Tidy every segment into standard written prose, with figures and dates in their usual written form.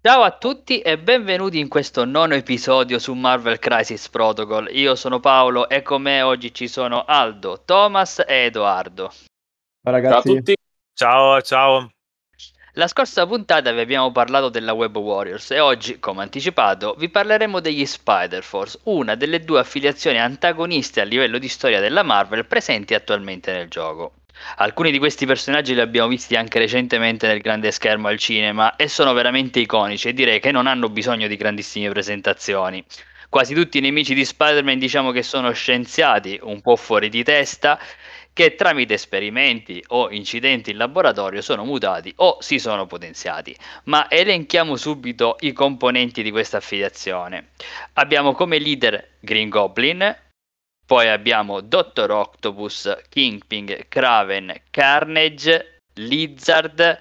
Ciao a tutti e benvenuti in questo nono episodio su Marvel Crisis Protocol. Io sono Paolo e con me oggi ci sono Aldo, Thomas e Edoardo. Ciao Ciao a ragazzi. tutti. Ciao, ciao. La scorsa puntata vi abbiamo parlato della Web Warriors e oggi, come anticipato, vi parleremo degli Spider-Force, una delle due affiliazioni antagoniste a livello di storia della Marvel presenti attualmente nel gioco. Alcuni di questi personaggi li abbiamo visti anche recentemente nel grande schermo al cinema e sono veramente iconici e direi che non hanno bisogno di grandissime presentazioni. Quasi tutti i nemici di Spider-Man diciamo che sono scienziati, un po' fuori di testa, che tramite esperimenti o incidenti in laboratorio sono mutati o si sono potenziati. Ma elenchiamo subito i componenti di questa affiliazione. Abbiamo come leader Green Goblin, poi abbiamo Dottor Octopus, Kingpin, Kraven, Carnage, Lizard,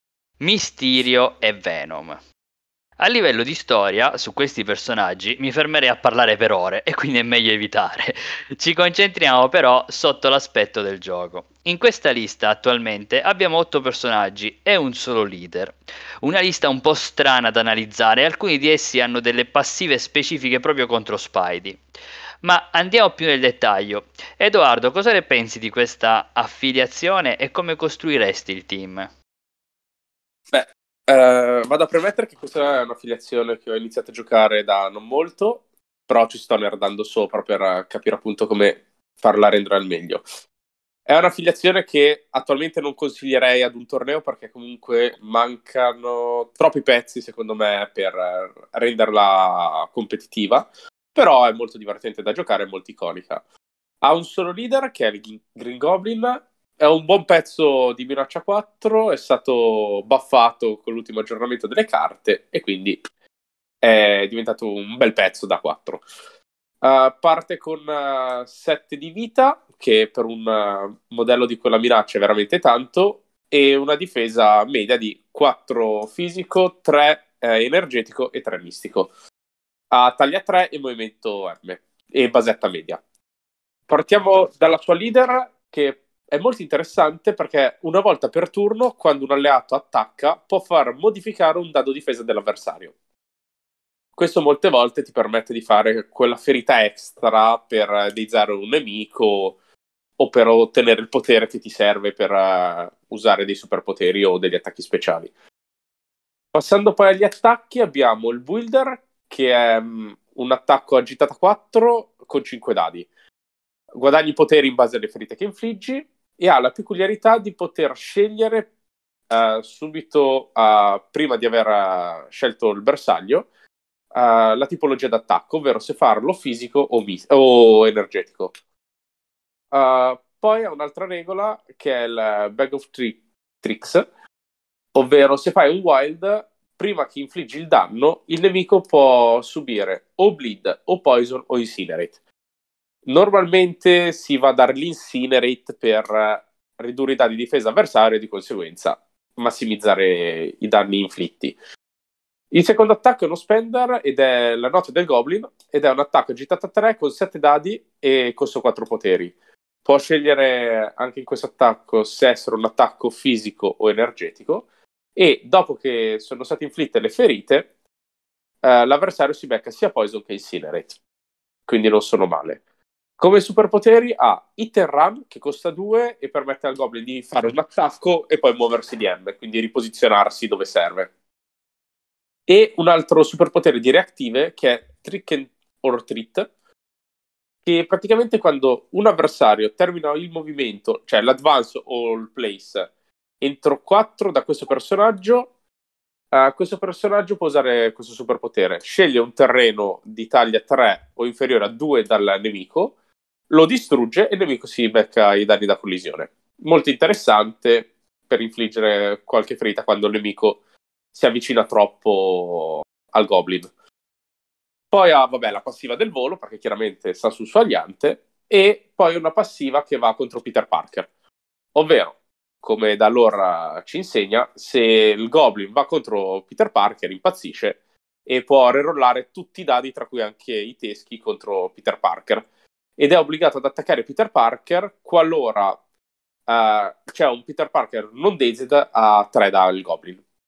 Mysterio e Venom. A livello di storia, su questi personaggi mi fermerei a parlare per ore e quindi è meglio evitare. Ci concentriamo però sotto l'aspetto del gioco. In questa lista attualmente abbiamo 8 personaggi e un solo leader. Una lista un po' strana da analizzare, alcuni di essi hanno delle passive specifiche proprio contro Spidey. Ma andiamo più nel dettaglio. Edoardo, cosa ne pensi di questa affiliazione e come costruiresti il team? Beh, vado a premettere che questa è un'affiliazione che ho iniziato a giocare da non molto, però ci sto nerdando sopra per capire appunto come farla rendere al meglio. È un'affiliazione che attualmente non consiglierei ad un torneo perché comunque mancano troppi pezzi secondo me per renderla competitiva, però è molto divertente da giocare, è molto iconica. Ha un solo leader che è il Green Goblin. È un buon pezzo di Minaccia 4, è stato buffato con l'ultimo aggiornamento delle carte e quindi è diventato un bel pezzo da 4. Parte con 7 di vita, che per un modello di quella minaccia è veramente tanto, e una difesa media di 4 fisico, 3 energetico e 3 mistico. Ha taglia 3 e movimento M e basetta media. Partiamo dalla sua leader, che è molto interessante perché una volta per turno, quando un alleato attacca, può far modificare un dado difesa dell'avversario. Questo molte volte ti permette di fare quella ferita extra per deizzare un nemico o per ottenere il potere che ti serve per usare dei superpoteri o degli attacchi speciali. Passando poi agli attacchi, abbiamo il Builder, che è un attacco agitata 4 con 5 dadi. Guadagni poteri in base alle ferite che infliggi e ha la peculiarità di poter scegliere subito, prima di aver scelto il bersaglio, la tipologia d'attacco, ovvero se farlo fisico o energetico. Poi ha un'altra regola che è il Bag of Tricks, ovvero se fai un wild, prima che infliggi il danno, il nemico può subire o bleed o poison o incinerate. Normalmente si va a dare l'incinerate per ridurre i danni di difesa avversario e di conseguenza massimizzare i danni inflitti. Il secondo attacco è uno spender ed è la notte del Goblin ed è un attacco agitata 3 con 7 dadi e costo 4 poteri. Può scegliere anche in questo attacco se essere un attacco fisico o energetico e dopo che sono state inflitte le ferite l'avversario si becca sia poison che incinerate, quindi non sono male. Come superpoteri ha Hit and Run, che costa 2 e permette al Goblin di fare un attacco e poi muoversi di M, quindi riposizionarsi dove serve. E un altro superpotere di reattive che è Trick or Treat, che praticamente quando un avversario termina il movimento, cioè l'advance o il place, entro 4 da questo personaggio può usare questo superpotere. Sceglie un terreno di taglia 3 o inferiore a 2 dal nemico, lo distrugge e il nemico si becca i danni da collisione. Molto interessante per infliggere qualche ferita quando il nemico si avvicina troppo al Goblin. Poi ha, la passiva del volo, perché chiaramente sta sul suo aliante, e poi una passiva che va contro Peter Parker. Ovvero, come da allora ci insegna, se il Goblin va contro Peter Parker impazzisce e può rerollare tutti i dadi, tra cui anche i teschi, contro Peter Parker. Ed è obbligato ad attaccare Peter Parker qualora c'è un Peter Parker non dazed a 3 dal Goblin.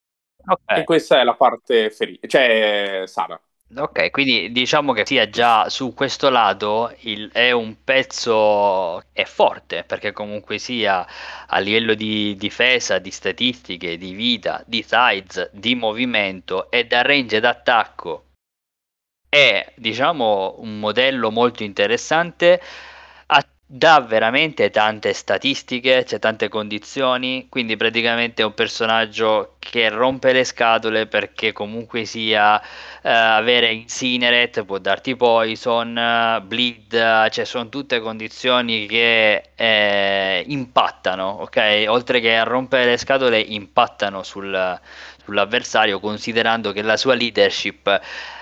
Ok. E questa è la parte cioè sana. Ok, quindi diciamo che sia già su questo lato è un pezzo è forte, perché comunque sia a livello di difesa, di statistiche, di vita, di size, di movimento e da range d'attacco è, diciamo, un modello molto interessante, dà veramente tante statistiche, c'è tante condizioni, quindi praticamente è un personaggio che rompe le scatole perché comunque sia avere Incinerate, può darti Poison, Bleed, cioè sono tutte condizioni che impattano, ok? Oltre che a rompere le scatole, impattano sull'avversario, considerando che la sua leadership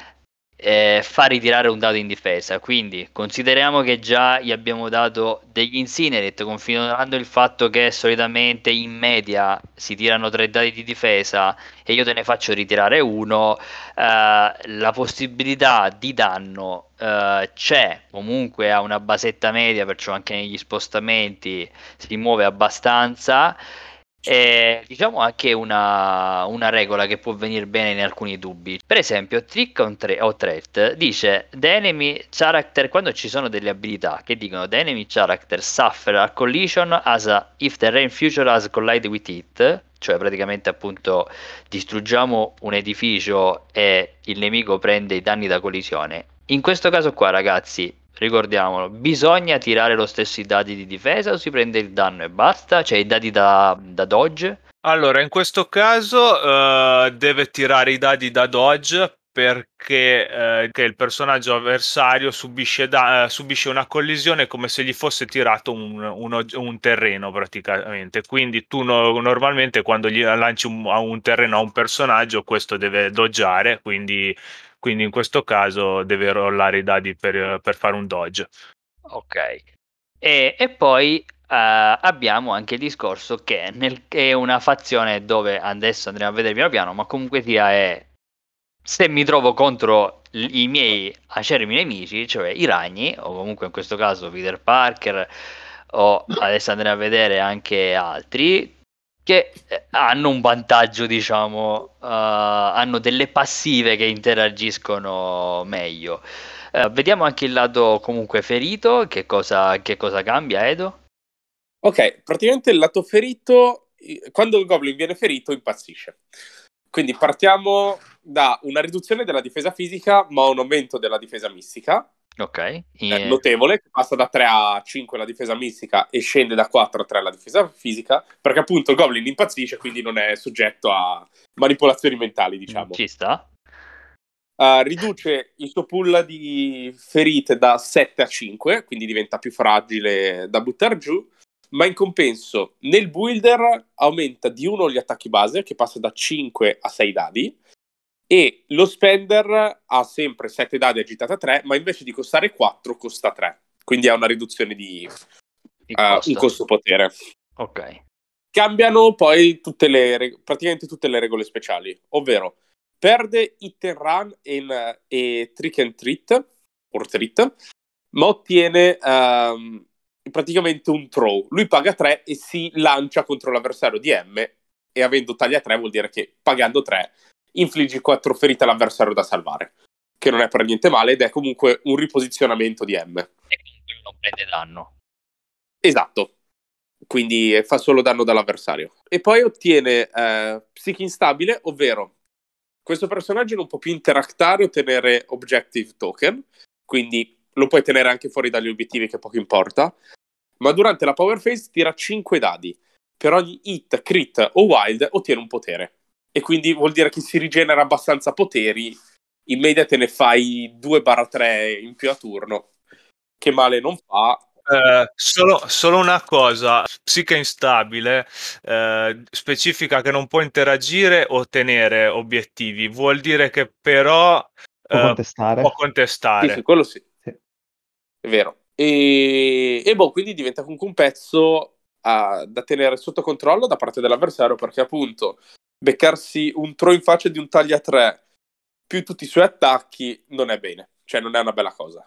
fa ritirare un dado in difesa. Quindi consideriamo che già gli abbiamo dato degli Incinerate, considerando il fatto che solitamente in media si tirano 3 dadi di difesa e io te ne faccio ritirare uno, la possibilità di danno c'è, comunque ha una basetta media, perciò anche negli spostamenti si muove abbastanza. E diciamo anche una regola che può venire bene in alcuni dubbi. Per esempio, Trick o Threat dice the enemy character, quando ci sono delle abilità che dicono the enemy character suffer a collision if the rain future has collided with it, cioè praticamente appunto distruggiamo un edificio e il nemico prende i danni da collisione. In questo caso qua, ragazzi, ricordiamolo, bisogna tirare lo stesso i dadi di difesa o si prende il danno e basta? Cioè i dadi da dodge? Allora, in questo caso deve tirare i dadi da dodge perché che il personaggio avversario subisce una collisione come se gli fosse tirato un terreno praticamente. Quindi tu normalmente quando gli lanci a un terreno a un personaggio, questo deve doggiare, quindi in questo caso deve rollare i dadi per fare un dodge. Ok. E poi abbiamo anche il discorso che è una fazione dove adesso andremo a vedere piano piano, ma comunque sia è se mi trovo contro i miei acerrimi nemici, cioè i ragni, o comunque in questo caso Peter Parker, o adesso andremo a vedere anche altri, che hanno un vantaggio, diciamo, hanno delle passive che interagiscono meglio. Vediamo anche il lato comunque ferito, che cosa cambia, Edo? Ok, praticamente il lato ferito, quando il Goblin viene ferito, impazzisce. Quindi partiamo da una riduzione della difesa fisica, ma un aumento della difesa mistica. Ok. Notevole, che passa da 3 a 5 la difesa mistica e scende da 4 a 3 la difesa fisica, perché appunto il Goblin impazzisce, quindi non è soggetto a manipolazioni mentali, diciamo. Ci sta. Riduce il suo pool di ferite da 7 a 5, quindi diventa più fragile da buttare giù, ma in compenso nel builder aumenta di 1 gli attacchi base, che passa da 5 a 6 dadi, e lo spender ha sempre 7 dadi agitati a 3, ma invece di costare 4 costa 3, quindi ha una riduzione di un costo potere. Ok. Cambiano poi praticamente tutte le regole speciali, ovvero perde hit and run e trick and treat, ma ottiene praticamente un throw. Lui paga 3 e si lancia contro l'avversario di M, e avendo taglia 3 vuol dire che pagando 3 infliggi 4 ferite all'avversario da salvare, che non è per niente male ed è comunque un riposizionamento di M. E comunque non prende danno. Esatto. Quindi fa solo danno dall'avversario. E poi ottiene Psiche Instabile, ovvero questo personaggio non può più interactare o tenere Objective Token, quindi lo puoi tenere anche fuori dagli obiettivi, che poco importa, ma durante la Power Phase tira 5 dadi. Per ogni hit, crit o wild ottiene un potere. E quindi vuol dire che si rigenera abbastanza poteri, in media te ne fai 2-3 in più a turno, che male non fa. Solo una cosa, psiche instabile specifica che non può interagire o tenere obiettivi, vuol dire che però Può contestare. può contestare. Sì, quello sì. Sì. È vero. E boh, quindi diventa comunque un pezzo da tenere sotto controllo da parte dell'avversario, perché appunto beccarsi un throw in faccia di un taglia 3 più tutti i suoi attacchi non è bene, cioè non è una bella cosa.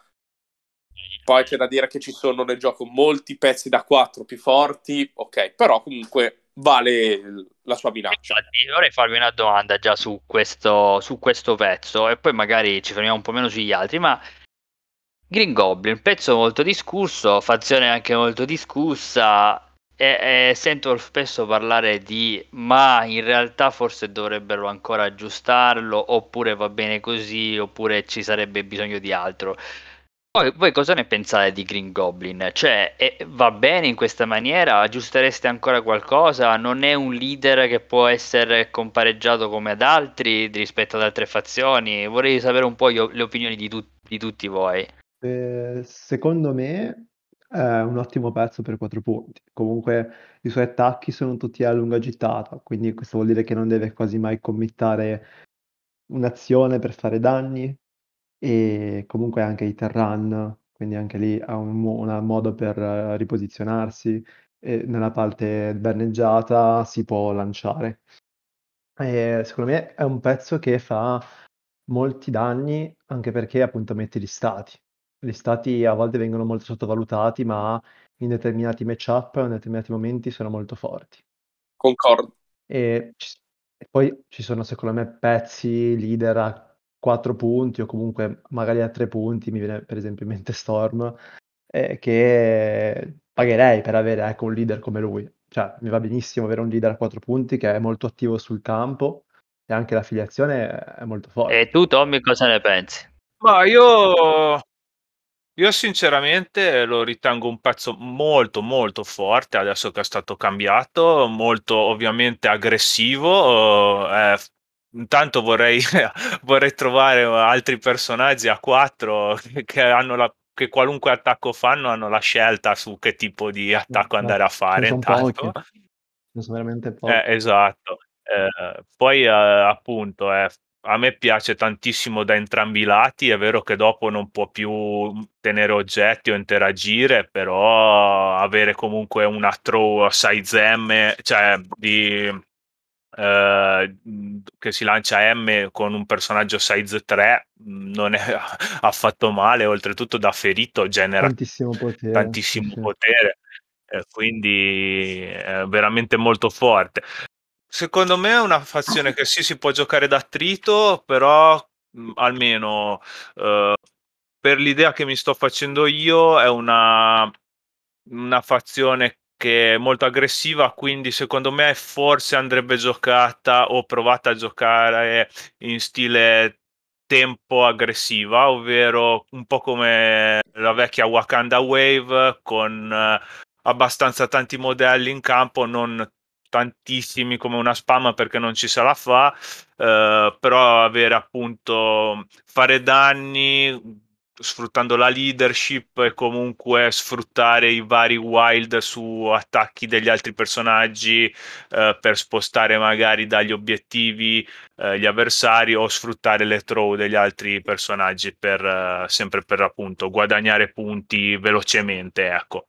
Poi c'è da dire che ci sono nel gioco molti pezzi da 4 più forti, ok, però comunque vale la sua minaccia. Infatti, vorrei farvi una domanda già su questo pezzo e poi magari ci fermiamo un po' meno sugli altri, ma Green Goblin, pezzo molto discusso, fazione anche molto discussa e sento spesso parlare di ma in realtà forse dovrebbero ancora aggiustarlo oppure va bene così oppure ci sarebbe bisogno di altro. Voi cosa ne pensate di Green Goblin? Cioè, va bene in questa maniera? Aggiustereste ancora qualcosa? Non è un leader che può essere compareggiato come ad altri rispetto ad altre fazioni? Vorrei sapere un po' le opinioni di tutti voi. Secondo me è un ottimo pezzo per 4 punti. Comunque i suoi attacchi sono tutti a lunga gittata, quindi questo vuol dire che non deve quasi mai committare un'azione per fare danni e comunque anche i terran, quindi anche lì ha un modo per riposizionarsi e nella parte danneggiata si può lanciare. Secondo me è un pezzo che fa molti danni anche perché appunto mette gli stati. Gli stati a volte vengono molto sottovalutati, ma in determinati matchup, in determinati momenti sono molto forti. Concordo. E poi ci sono secondo me pezzi leader a 4 punti o comunque magari a 3 punti, mi viene per esempio in mente Storm, che pagherei per avere ecco, un leader come lui. Cioè, mi va benissimo avere un leader a 4 punti che è molto attivo sul campo e anche l'affiliazione è molto forte. E tu, Tommy, cosa ne pensi? Ma io sinceramente lo ritengo un pezzo molto molto forte adesso che è stato cambiato, molto ovviamente aggressivo. Intanto vorrei, vorrei trovare altri personaggi a 4 che hanno che qualunque attacco fanno hanno la scelta su che tipo di attacco andare a Ce ne fare son pochi, intanto. ce ne son veramente pochi. Esatto. Poi, appunto, a me piace tantissimo da entrambi i lati. È vero che dopo non può più, tenere oggetti o interagire, però avere comunque una throw size M, cioè che si lancia M con un personaggio size 3, non è affatto male, oltretutto da ferito genera Tantissimo potere, sì, tantissimo sì. potere, quindi è veramente molto forte. Secondo me è una fazione che sì, si può giocare d'attrito, però almeno per l'idea che mi sto facendo io è una fazione che è molto aggressiva, quindi secondo me forse andrebbe giocata o provata a giocare in stile tempo aggressiva, ovvero un po' come la vecchia Wakanda Wave con abbastanza tanti modelli in campo, non tantissimi come una spamma perché non ci se la fa, però avere appunto fare danni sfruttando la leadership e comunque sfruttare i vari wild su attacchi degli altri personaggi per spostare magari dagli obiettivi gli avversari o sfruttare le throw degli altri personaggi per sempre per appunto guadagnare punti velocemente, ecco.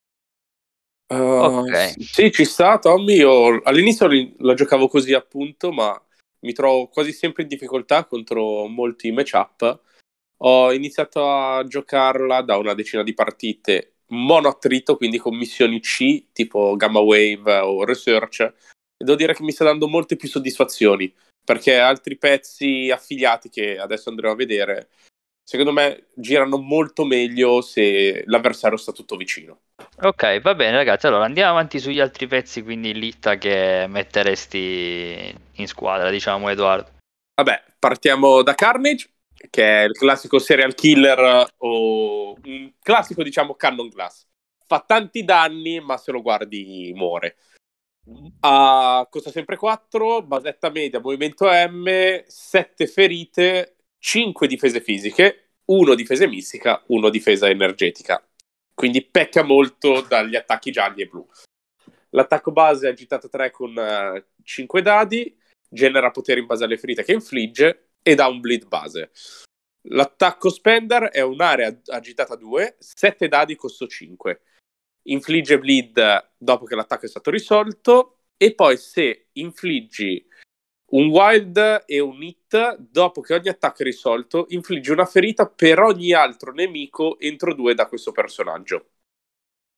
Ok. Sì, ci sta, Tommy. Io all'inizio la giocavo così appunto, ma mi trovo quasi sempre in difficoltà contro molti matchup. Ho iniziato a giocarla da una decina di partite mono attrito, quindi con missioni C tipo Gamma Wave o Research, e devo dire che mi sta dando molte più soddisfazioni, perché altri pezzi affiliati che adesso andremo a vedere, secondo me girano molto meglio se l'avversario sta tutto vicino. Ok, va bene ragazzi, allora andiamo avanti sugli altri pezzi, quindi Litta che metteresti in squadra, diciamo Edoardo. Vabbè, partiamo da Carnage, che è il classico serial killer o un classico, diciamo, Cannon Glass. Fa tanti danni, ma se lo guardi muore. Costa sempre 4, basetta media, movimento M, 7 ferite, 5 difese fisiche, 1 difesa mistica, 1 difesa energetica. Quindi pecca molto dagli attacchi gialli e blu. L'attacco base è agitato 3 con 5 dadi, genera potere in base alle ferite che infligge ed ha un bleed base. L'attacco spender è un'area agitata 2, 7 dadi costo 5. Infligge bleed dopo che l'attacco è stato risolto e poi se infliggi un wild e un hit dopo che ogni attacco è risolto, infliggi una ferita per ogni altro nemico entro 2 da questo personaggio.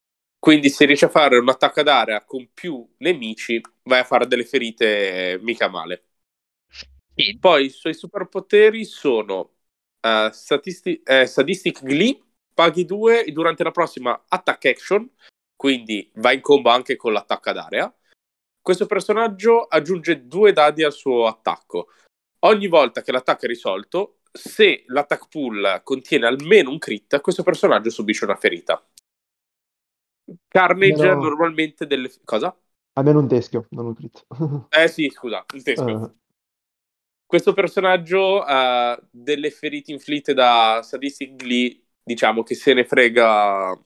Quindi se riesci a fare un attacco ad area con più nemici, vai a fare delle ferite mica male. Sì. Poi i suoi superpoteri sono Sadistic Glee, paghi 2 e durante la prossima attack action, quindi va in combo anche con l'attacco ad area. Questo personaggio aggiunge 2 dadi al suo attacco. Ogni volta che l'attacco è risolto, se l'attack pool contiene almeno un crit, questo personaggio subisce una ferita. Carnage Almeno- normalmente delle... Cosa? Almeno un teschio, non un crit. Sì, scusa, il teschio. Eh, Questo personaggio ha delle ferite inflitte da Sadistic Glee, diciamo che se ne frega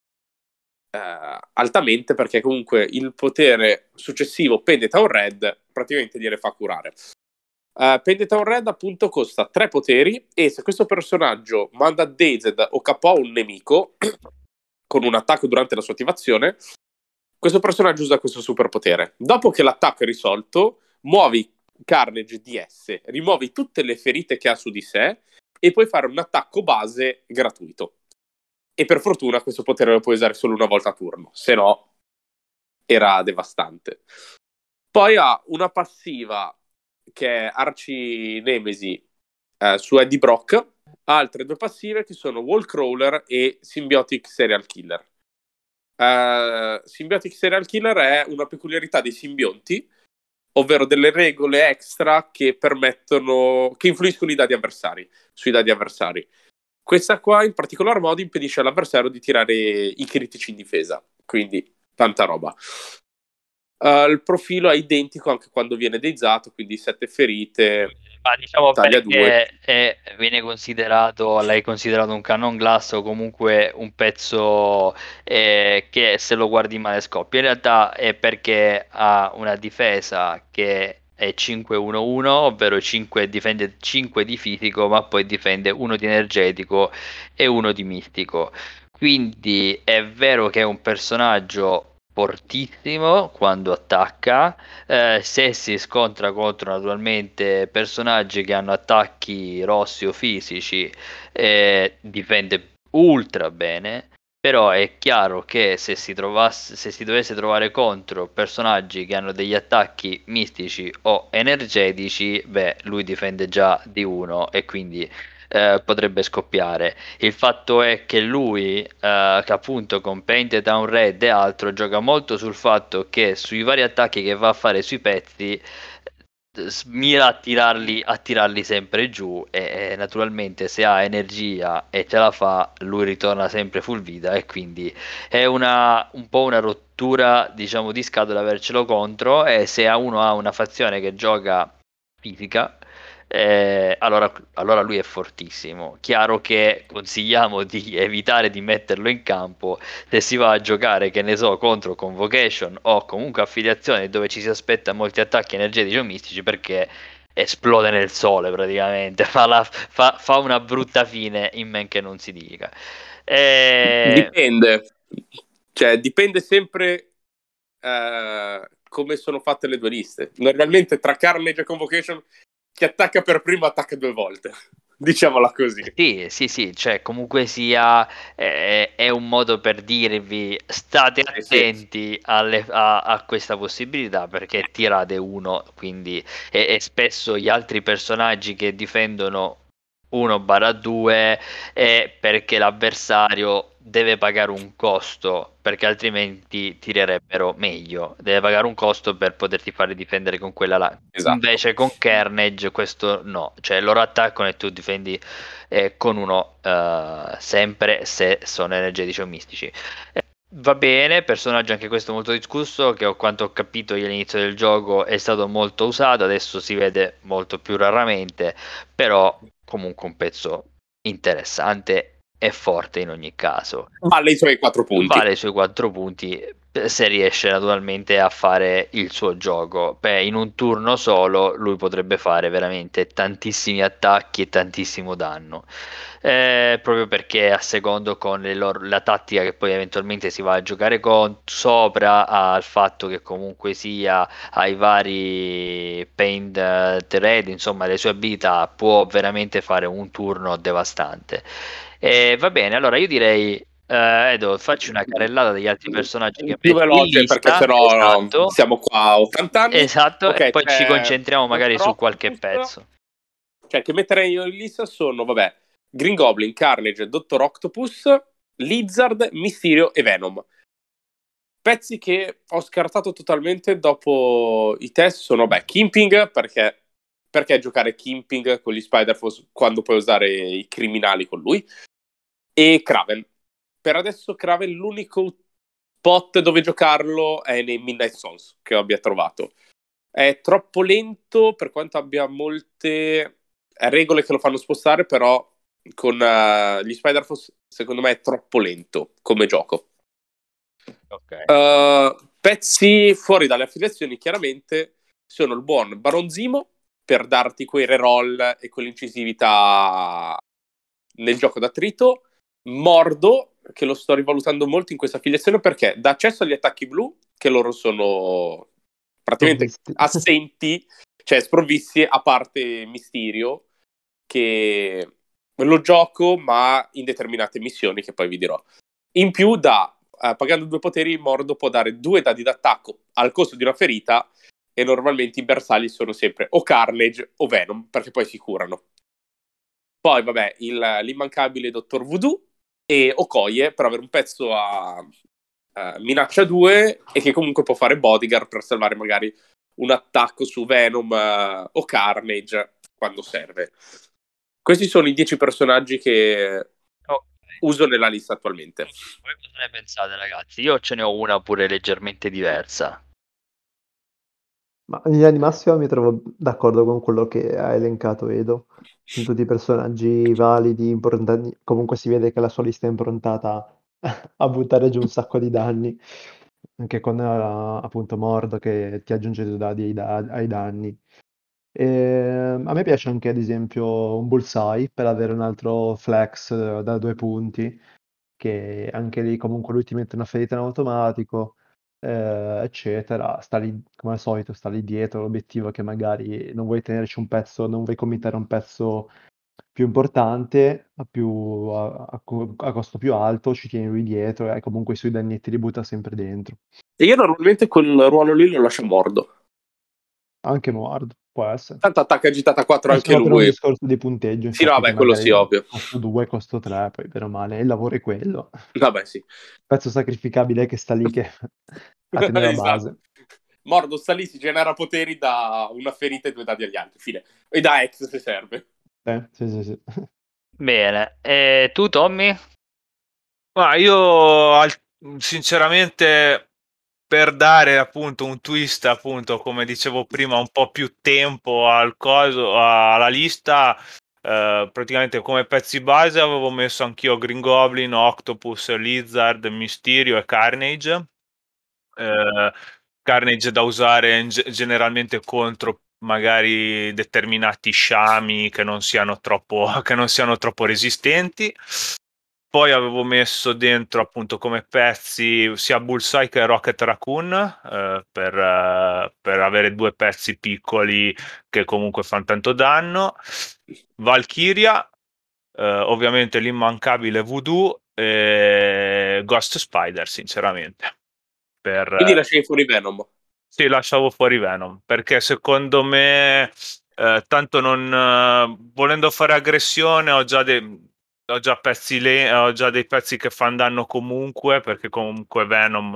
altamente, perché comunque il potere successivo Pendetown Red praticamente gliele fa curare. Pendetown Red appunto costa 3 poteri e se questo personaggio manda dazed o KO un nemico con un attacco durante la sua attivazione, questo personaggio usa questo superpotere. Dopo che l'attacco è risolto, muovi Carnage DS, rimuovi tutte le ferite che ha su di sé e puoi fare un attacco base gratuito. E per fortuna questo potere lo puoi usare solo una volta a turno, se no era devastante. Poi ha una passiva che è Arci Nemesi su Eddie Brock, ha altre 2 passive che sono Wall Crawler e Symbiotic Serial Killer. Symbiotic Serial Killer è una peculiarità dei simbionti, ovvero delle regole extra che permettono, che influiscono sui dadi avversari. Questa qua in particolar modo impedisce all'avversario di tirare i critici in difesa, quindi tanta roba. Il profilo è identico anche quando viene deizzato, quindi 7 ferite, Ma diciamo taglia 2. perché viene considerato, l'hai considerato un cannon glass o comunque un pezzo che se lo guardi male scoppia. In realtà è perché ha una difesa che è 5-1-1, ovvero 5 difende 5 di fisico, ma poi difende 1 di energetico e 1 di mistico. Quindi è vero che è un personaggio fortissimo quando attacca, se si scontra contro naturalmente personaggi che hanno attacchi rossi o fisici, difende ultra bene. Però è chiaro che se si dovesse trovare contro personaggi che hanno degli attacchi mistici o energetici, beh, lui difende già di uno e quindi potrebbe scoppiare. Il fatto è che lui, che appunto con Painted Down Red e altro, gioca molto sul fatto che sui vari attacchi che va a fare sui pezzi mira a tirarli sempre giù e naturalmente se ha energia e ce la fa, lui ritorna sempre full vita e quindi è un po' una rottura, diciamo, di scatola avercelo contro. E se uno ha una fazione che gioca fisica, allora lui è fortissimo. Chiaro che consigliamo di evitare di metterlo in campo se si va a giocare, che ne so, contro Convocation o comunque affiliazioni dove ci si aspetta molti attacchi energetici o mistici, perché esplode nel sole praticamente, fa una brutta fine in men che non si dica. Dipende, cioè dipende sempre come sono fatte le 2 liste. Normalmente tra Carnage e Convocation chi attacca per primo attacca 2 volte, diciamola così. Sì, cioè comunque sia è un modo per dirvi state Sì. attenti a questa possibilità, perché tirate uno, quindi e spesso gli altri personaggi che difendono 1/2 è perché l'avversario deve pagare un costo, perché altrimenti tirerebbero meglio, deve pagare un costo per poterti fare difendere con quella là. Esatto. Invece con Carnage questo no, cioè loro attaccano e tu difendi con uno sempre se sono energetici o mistici. Va bene, personaggio anche questo molto discusso, che ho quanto ho capito io all'inizio del gioco è stato molto usato, adesso si vede molto più raramente, però comunque un pezzo interessante e forte in ogni caso. Vale i suoi 4 punti. Vale i suoi 4 punti se riesce naturalmente a fare il suo gioco. Beh, in un turno solo lui potrebbe fare veramente tantissimi attacchi e tantissimo danno. Proprio perché a secondo con la tattica che poi eventualmente si va a giocare sopra al fatto che comunque sia ai vari paint thread, insomma le sue abilità, può veramente fare un turno devastante. Va bene, allora io direi Edo, facci una carrellata degli altri personaggi che più metti in veloce perché lista, sennò esatto, siamo qua a 80 anni. esatto, e Ok, poi ci c'è concentriamo magari Dottor su qualche Octopus, pezzo. cioè che metterei io in lista sono, vabbè, Green Goblin, Carnage, Dottor Octopus, Lizard, Mysterio e Venom. Pezzi che ho scartato totalmente dopo i test sono, beh, Kimping, perché giocare Kimping con gli Spider-Force quando puoi usare i criminali con lui, e Kraven. Per adesso Kraven l'unico spot dove giocarlo è nei Midnight Suns che abbia trovato. È troppo lento per quanto abbia molte regole che lo fanno spostare, però con gli Spider-Force secondo me è troppo lento come gioco. Ok. Pezzi fuori dalle affiliazioni chiaramente sono il buon Baron Zemo per darti quei reroll e quell'incisività nel gioco d'attrito, Mordo che lo sto rivalutando molto in questa affiliazione perché dà accesso agli attacchi blu che loro sono praticamente Provvisti. assenti, cioè sprovvisti a parte Mysterio che lo gioco ma in determinate missioni che poi vi dirò. In più pagando 2 poteri Mordo può dare 2 dadi d'attacco al costo di una ferita e normalmente i bersagli sono sempre o Carnage o Venom perché poi si curano. Poi vabbè l'immancabile Dottor Voodoo e Okoye per avere un pezzo a minaccia 2 e che comunque può fare bodyguard per salvare magari un attacco su Venom o Carnage quando serve. Questi sono i 10 personaggi che Ok. uso nella lista attualmente. Voi cosa ne pensate, ragazzi? Io ce ne ho una pure leggermente diversa. Ma in linea di massima mi trovo d'accordo con quello che ha elencato Edo. Sono tutti personaggi validi, importanti. Comunque si vede che la sua lista è improntata a buttare giù un sacco di danni. Anche con appunto Mord che ti aggiunge dei dadi ai danni. A me piace anche ad esempio un Bullseye per avere un altro flex da 2 punti, che anche lì comunque lui ti mette una ferita in automatico, eccetera. Sta lì, come al solito, sta lì dietro l'obiettivo che magari non vuoi tenerci un pezzo, non vuoi committere un pezzo più importante, a costo più alto, ci tieni lui dietro e comunque i suoi dannetti li butta sempre dentro. E io normalmente quel ruolo lì lo lascio a Mordo. Anche Moard, può essere. Tanto attacca agitata 4 È anche solo per un lui. discorso di punteggio, Sì, no, infatti, che vabbè, quello sì, magari ovvio. costo 2, costo 3, poi bene o male, il lavoro è quello. Vabbè, sì. Pezzo sacrificabile che sta lì che a tenere la Esatto. base. Mordo sta lì, si genera poteri da una ferita e 2 dadi agli altri. Fine. E da ex se serve. Sì, sì, sì. Bene, e tu, Tommy? Ma io sinceramente per dare appunto un twist, appunto, come dicevo prima, un po' più tempo alla lista, praticamente come pezzi base avevo messo anch'io Green Goblin, Octopus, Lizard, Mysterio e Carnage. Carnage da usare generalmente contro magari determinati sciami che non siano troppo, che non siano troppo resistenti. Poi avevo messo dentro appunto come pezzi sia Bullseye che Rocket Raccoon per avere 2 pezzi piccoli che comunque fanno tanto danno. Valkyria, ovviamente l'immancabile Voodoo e Ghost Spider, sinceramente. Quindi Per, lasciai fuori Venom. sì, lasciavo fuori Venom perché secondo me, tanto non volendo fare aggressione, ho già dei pezzi che fanno danno comunque, perché comunque Venom,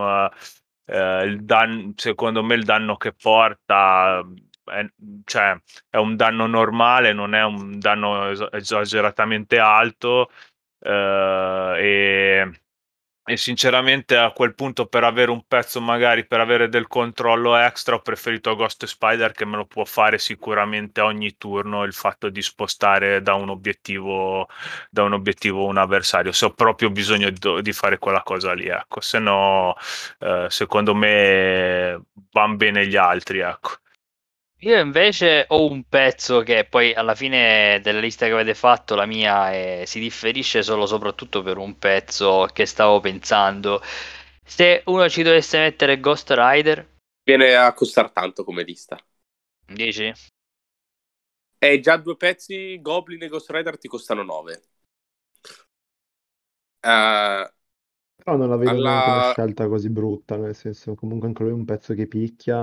secondo me il danno che porta cioè, è un danno normale, non è un danno esageratamente alto. E sinceramente a quel punto per avere un pezzo magari per avere del controllo extra ho preferito Ghost Spider che me lo può fare sicuramente ogni turno il fatto di spostare da un obiettivo un avversario se ho proprio bisogno di fare quella cosa lì, ecco, se no secondo me van bene gli altri, ecco. Io invece ho un pezzo che poi alla fine della lista che avete fatto, la mia si differisce solo soprattutto per un pezzo che stavo pensando. Se uno ci dovesse mettere Ghost Rider, Viene a costare tanto come lista. dici? E già 2 pezzi, Goblin e Ghost Rider ti costano 9. Però non la vedo nemmeno come Alla... scelta così brutta, nel senso, comunque anche lui è un pezzo che picchia,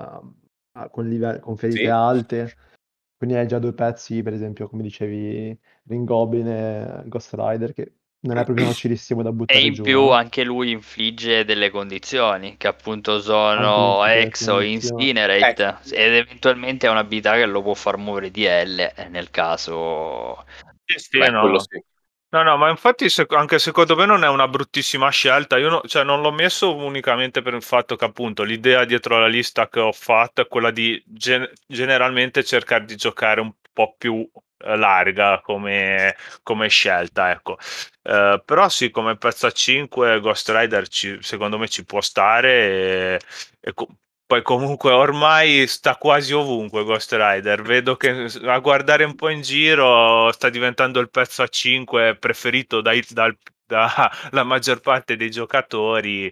con ferite Sì. alte, quindi hai già due pezzi, per esempio, come dicevi, Ring Goblin e Ghost Rider, che non è proprio facilissimo da E buttare in giù, più no? anche lui infligge delle condizioni, che appunto Anche lui sono infligge le Ex o condizioni. Incinerate, ed eventualmente è un'abilità che lo può far muovere di L, nel caso... Sì, sì, Beh, quello no. sì. No, no, ma infatti anche secondo me non è una bruttissima scelta. Io cioè, non l'ho messo unicamente per il fatto che appunto l'idea dietro la lista che ho fatto è quella di generalmente cercare di giocare un po' più larga come scelta, ecco. Però sì, come pezzo a 5 Ghost Rider secondo me ci può stare poi comunque ormai sta quasi ovunque Ghost Rider. Vedo che a guardare un po' in giro sta diventando il pezzo a 5 preferito dalla maggior parte dei giocatori.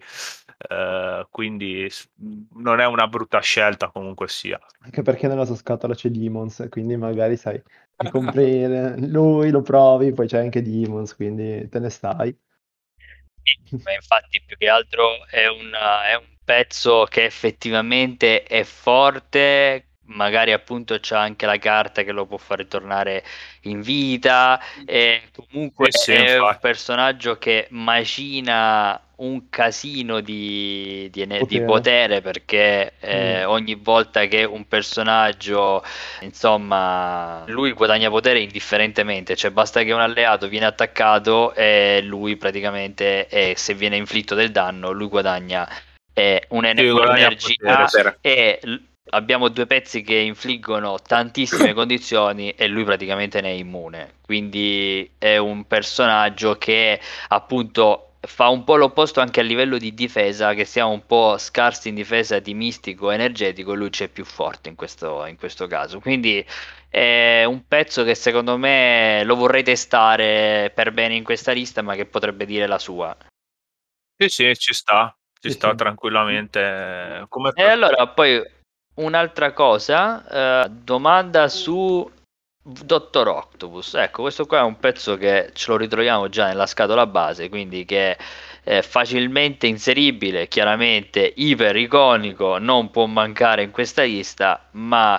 Quindi non è una brutta scelta comunque sia. Anche perché nella sua scatola c'è Demons, quindi magari sai, ti compri lui, lo provi, poi c'è anche Demons, quindi te ne stai. Ma infatti più che altro è un pezzo che effettivamente è forte, magari appunto c'ha anche la carta che lo può fare tornare in vita, e comunque Sì, sì, è un infatti. personaggio che macina un casino di Potere. potere, perché Mm. ogni volta che un personaggio, insomma, lui guadagna potere indifferentemente, cioè basta che un alleato viene attaccato e lui praticamente, se viene inflitto del danno, lui guadagna Sì, guadagna potere, un'energia, sì. Potere. e abbiamo due pezzi che infliggono tantissime condizioni e lui praticamente ne è immune. Quindi è un personaggio che appunto fa un po' l'opposto anche a livello di difesa, che siamo un po' scarsi in difesa di mistico energetico, lui c'è più forte in questo caso. Quindi è un pezzo che secondo me lo vorrei testare per bene in questa lista, ma che potrebbe dire la sua. Sì, sì, ci Sì, sta sì. tranquillamente. E allora poi un'altra cosa, domanda su Dottor Octopus. Ecco, questo qua è un pezzo che ce lo ritroviamo già nella scatola base, quindi che è facilmente inseribile, chiaramente iper iconico, non può mancare in questa lista, ma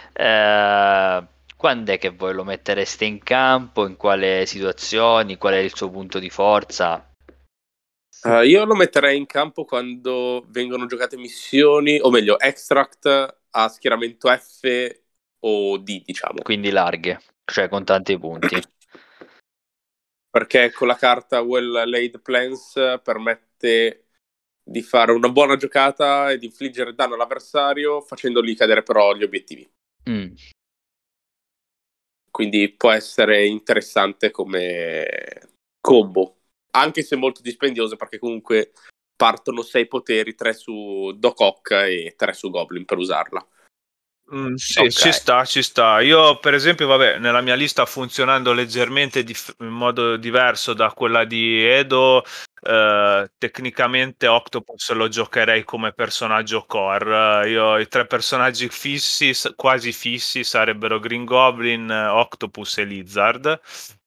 quando è che voi lo mettereste in campo? In quale situazioni? Qual è il suo punto di forza? Io lo metterei in campo quando vengono giocate missioni, o meglio, extract a schieramento F o D, diciamo. Quindi larghe, cioè con tanti punti. Perché con la carta Well Laid Plans permette di fare una buona giocata e di infliggere danno all'avversario facendogli cadere però gli obiettivi. Mm. Quindi può essere interessante come combo, anche se molto dispendioso perché comunque partono 6 poteri, 3 su Doc Ock e 3 su Goblin per usarla. Sì, Ok. ci sta, ci sta. Io, per esempio, vabbè, nella mia lista funzionando leggermente in modo diverso da quella di Edo, tecnicamente Octopus lo giocherei come personaggio core. Io i tre personaggi fissi, quasi fissi, sarebbero Green Goblin, Octopus e Lizard.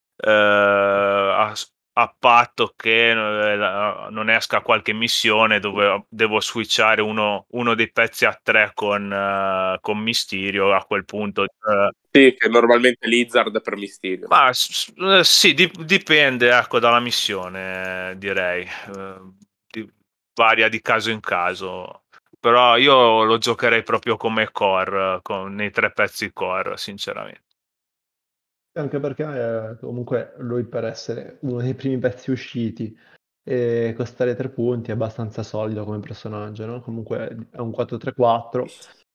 A patto che non esca qualche missione dove devo switchare uno dei pezzi a 3 con Mysterio, a quel punto. Sì, che normalmente Lizard per Mysterio. Ma sì, dipende, ecco, dalla missione, direi. Varia di caso in caso. Però io lo giocherei proprio come core, nei tre pezzi core, sinceramente. Anche perché comunque lui per essere uno dei primi pezzi usciti e costare 3 punti è abbastanza solido come personaggio, no? Comunque è un 4-3-4,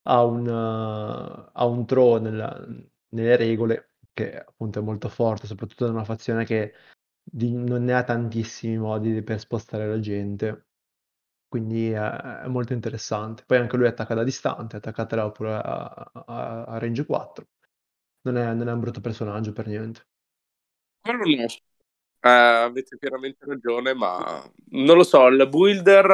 ha un throw nelle regole, che appunto è molto forte, soprattutto in una fazione che non ne ha tantissimi modi per spostare la gente, quindi è molto interessante. Poi anche lui attacca da distante, attacca a 3 oppure a range 4. Non è un brutto personaggio per niente. Quello no. Avete pienamente ragione, ma non lo so, il builder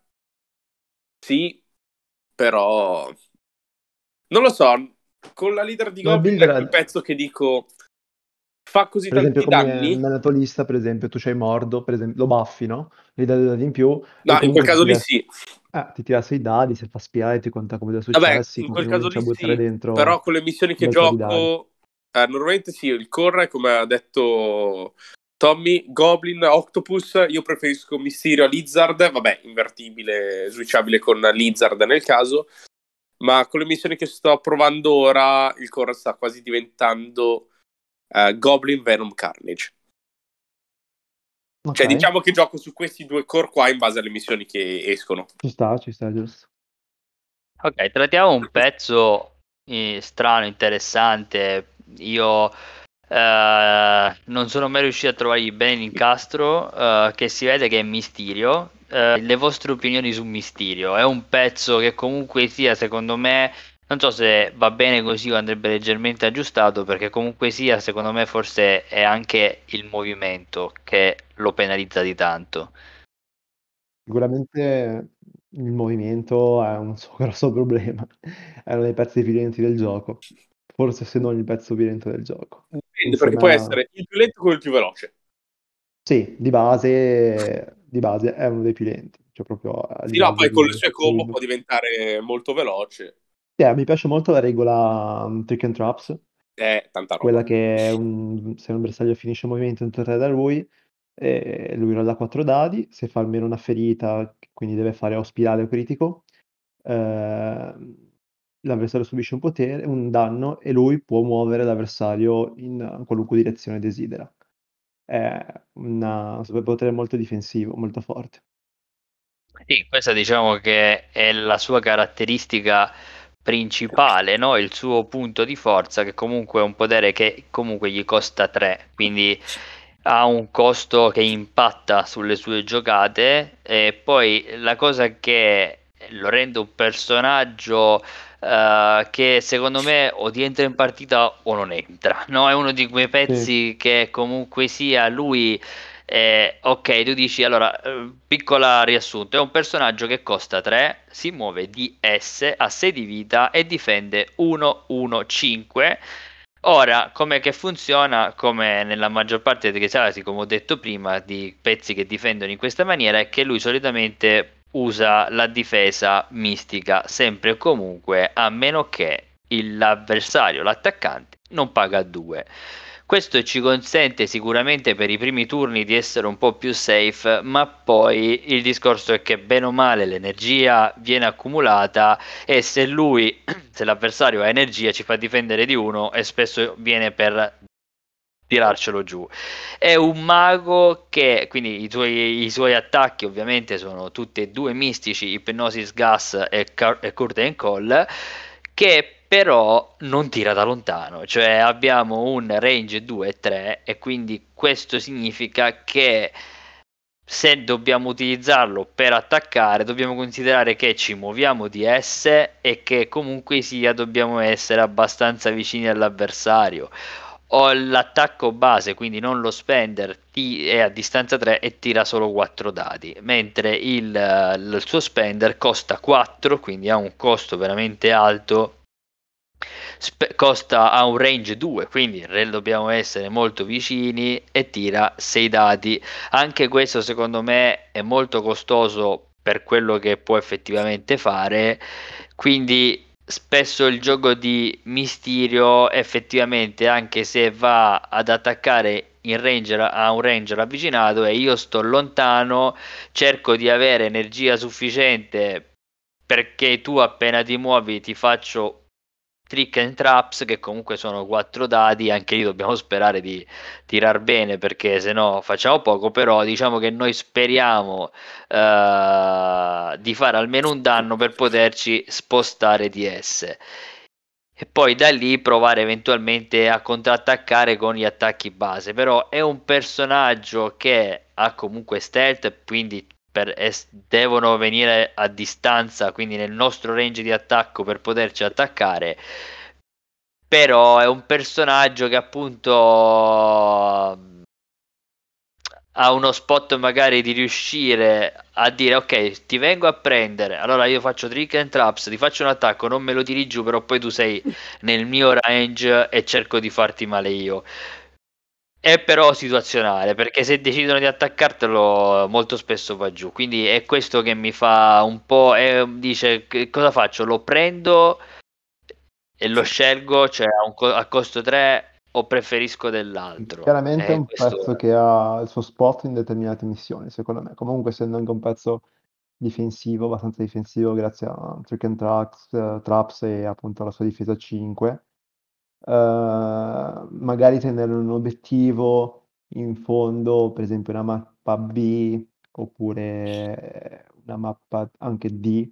sì, però non lo so, con la leader di Come Goblin è quel builder, pezzo che dico fa così Per esempio tanti come danni. nella tua lista, per esempio, tu c'hai Mordo, per esempio, lo buffi, no? Gli dai 2 dadi in più e No, in quel comunque caso lì sì. ti tira 6 dadi, se fa spiare ti conta come 2 Vabbè, successi, in quel caso comincia lì a buttare sì, però dentro con le missioni un che bel po' di dadi. gioco, normalmente sì, il core, come ha detto Tommy, Goblin, Octopus, io preferisco Mysterio a Lizard, vabbè, invertibile, switchabile con Lizard nel caso, ma con le missioni che sto provando ora, il core sta quasi diventando Goblin Venom Carnage. Cioè, Ok, diciamo che gioco su questi due core qua in base alle missioni che escono. ci sta, giusto. Ok, trattiamo un pezzo strano, interessante. Io non sono mai riuscito a trovargli bene l'incastro, che si vede che è Mysterio. Le vostre opinioni su Mysterio? È un pezzo che comunque sia, secondo me, non so se va bene così o andrebbe leggermente aggiustato, perché comunque sia, secondo me forse è anche il movimento che lo penalizza di tanto. Sicuramente il movimento è un suo grosso problema, è uno dei pezzi più lenti del gioco, forse se non il pezzo più lento del gioco. Dipende, perché Insieme può a essere il più lento o il più veloce. Sì, di base è uno dei più lenti, cioè proprio a Sì, no, livello poi con le di sue combo move. può diventare molto veloce. Mi piace molto la regola Trick and Traps, È tanta roba. quella che se un bersaglio finisce il movimento entro 3 da lui rolla 4 dadi, se fa almeno una ferita, quindi deve fare o spirale o critico, l'avversario subisce un danno e lui può muovere l'avversario in qualunque direzione desidera. È un superpotere molto difensivo, molto forte. Sì, questa diciamo che è la sua caratteristica principale, no? Il suo punto di forza, che comunque è un potere che comunque gli costa 3, quindi ha un costo che impatta sulle sue giocate. E poi la cosa che lo rende un personaggio che secondo me o ti entra in partita o non entra, no? È uno di quei Sì, pezzi che comunque sia lui. Ok, tu dici allora, piccola riassunto, è un personaggio che costa 3, si muove di S, ha 6 di vita e difende 1-1-5. Ora, come che funziona, come nella maggior parte dei casi, come ho detto prima, di pezzi che difendono in questa maniera, è che lui solitamente usa la difesa mistica, sempre e comunque, a meno che l'avversario, l'attaccante, non paga 2. Questo ci consente sicuramente per i primi turni di essere un po' più safe, ma poi il discorso è che bene o male l'energia viene accumulata e se l'avversario ha energia ci fa difendere di 1 e spesso viene per tirarcelo giù. È un mago che, quindi i suoi attacchi ovviamente sono tutti e due mistici, Ipnosis Gas e Curtain Call, che però non tira da lontano, cioè abbiamo un range 2 e 3 e quindi questo significa che se dobbiamo utilizzarlo per attaccare, dobbiamo considerare che ci muoviamo di S e che comunque sia dobbiamo essere abbastanza vicini all'avversario. O l'attacco base, quindi non lo spender, è a distanza 3 e tira solo 4 dadi, mentre il suo spender costa 4, quindi ha un costo veramente alto. Ha un range 2, quindi dobbiamo essere molto vicini e tira 6 dadi. Anche questo secondo me è molto costoso per quello che può effettivamente fare, quindi spesso il gioco di Mysterio effettivamente, anche se va ad attaccare in ranger, a un range ravvicinato e io sto lontano, cerco di avere energia sufficiente perché tu appena ti muovi ti faccio trick and traps, che comunque sono 4 dadi, anche lì dobbiamo sperare di tirar bene perché se no facciamo poco, però diciamo che noi speriamo di fare almeno un danno per poterci spostare di esse e poi da lì provare eventualmente a contrattaccare con gli attacchi base. Però è un personaggio che ha comunque stealth, quindi devono venire a distanza, quindi nel nostro range di attacco per poterci attaccare. Però è un personaggio che appunto ha uno spot magari di riuscire a dire ok, ti vengo a prendere, allora io faccio trick and traps, ti faccio un attacco, non me lo tiri giù, però poi tu sei nel mio range e cerco di farti male io. È però situazionale, perché se decidono di attaccartelo molto spesso va giù, quindi è questo che mi fa un po', dice cosa faccio? Lo prendo e lo scelgo, cioè a costo 3 o preferisco dell'altro? Chiaramente è un Questo pezzo che ha il suo spot in determinate missioni, secondo me. Comunque, essendo anche un pezzo difensivo, abbastanza difensivo, grazie a Trick and Traps e appunto alla sua difesa 5, magari tenere un obiettivo in fondo, per esempio una mappa B oppure una mappa anche D,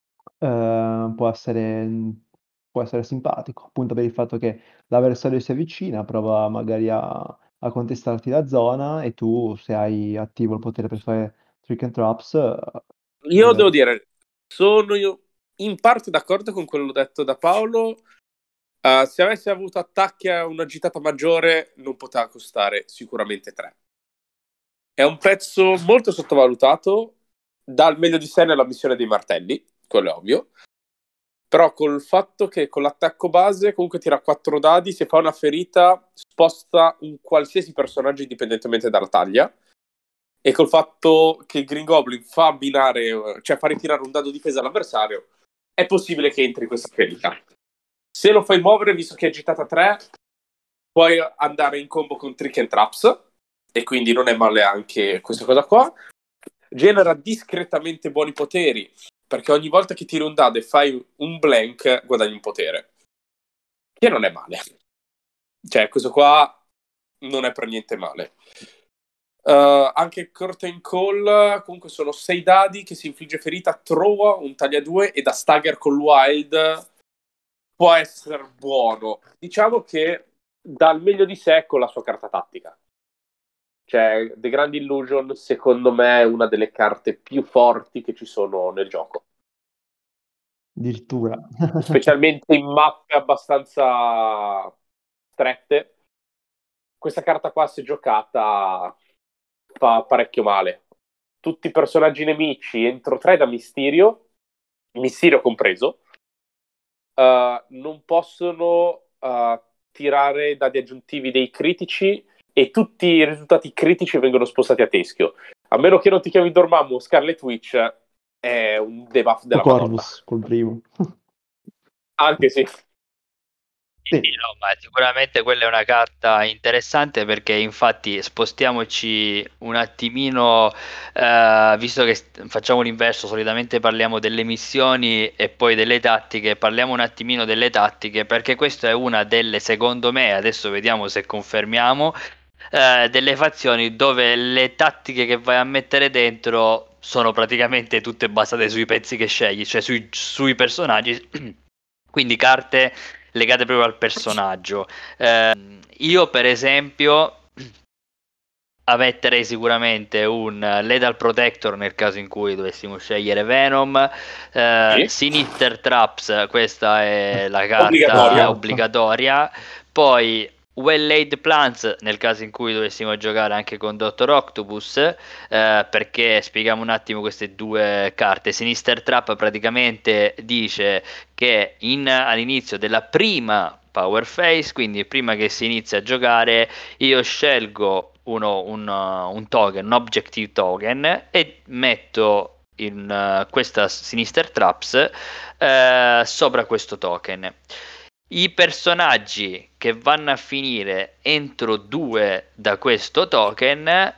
può essere simpatico, appunto per il fatto che l'avversario si avvicina, prova magari a contestarti la zona e tu, se hai attivo il potere per fare Trick and Traps, Io devo magari... dire, sono io in parte d'accordo con quello detto da Paolo. Se avessi avuto attacchi a una gittata maggiore, non poteva costare sicuramente 3. È un pezzo molto sottovalutato, dà il meglio di sé nella missione dei martelli, quello è ovvio. Però col fatto che con l'attacco base comunque tira 4 dadi, se fa una ferita sposta un qualsiasi personaggio indipendentemente dalla taglia, e col fatto che il Green Goblin fa abbinare, cioè fa ritirare un dado difesa all'avversario, è possibile che entri questa ferita. Se lo fai muovere, visto che è gittata 3, puoi andare in combo con Trick and Traps, e quindi non è male anche questa cosa qua. Genera discretamente buoni poteri, perché ogni volta che tiri un dado e fai un blank guadagni un potere, che non è male. Cioè, questo qua non è per niente male. Anche Curtain Call, comunque sono 6 dadi che si infligge ferita, trova un taglia 2 e da stagger con il wild può essere buono. Diciamo che dà il meglio di sé con la sua carta tattica. Cioè, The Grand Illusion, secondo me, è una delle carte più forti che ci sono nel gioco. Addirittura. Specialmente in mappe abbastanza strette. Questa carta qua, se giocata, fa parecchio male. Tutti i personaggi nemici entro 3 da Mysterio compreso, non possono tirare dadi aggiuntivi dei critici, e tutti i risultati critici vengono spostati a teschio. A meno che non ti chiami Dormammu o Scarlet Witch, è un debuff della Madonna. Corvus, col primo. Anche sì. Sì, no, ma sicuramente quella è una carta interessante, perché infatti spostiamoci un attimino, visto che facciamo l'inverso, solitamente parliamo delle missioni e poi delle tattiche, parliamo un attimino delle tattiche, perché questa è una delle, secondo me, adesso vediamo se confermiamo, delle fazioni dove le tattiche che vai a mettere dentro sono praticamente tutte basate sui pezzi che scegli, cioè sui personaggi, quindi carte legate proprio al personaggio. Io per esempio metterei sicuramente un Lethal Protector nel caso in cui dovessimo scegliere Venom, Sì. Sinister Traps, questa è la carta Obbligatoria. obbligatoria. Poi Well-Laid Plans nel caso in cui dovessimo giocare anche con Dr. Octopus, perché spieghiamo un attimo queste due carte. Sinister Trap praticamente dice che all'inizio della prima Power Phase, quindi prima che si inizi a giocare, io scelgo un token, un objective token, e metto questa Sinister Traps sopra questo token. I personaggi che vanno a finire entro 2 da questo token,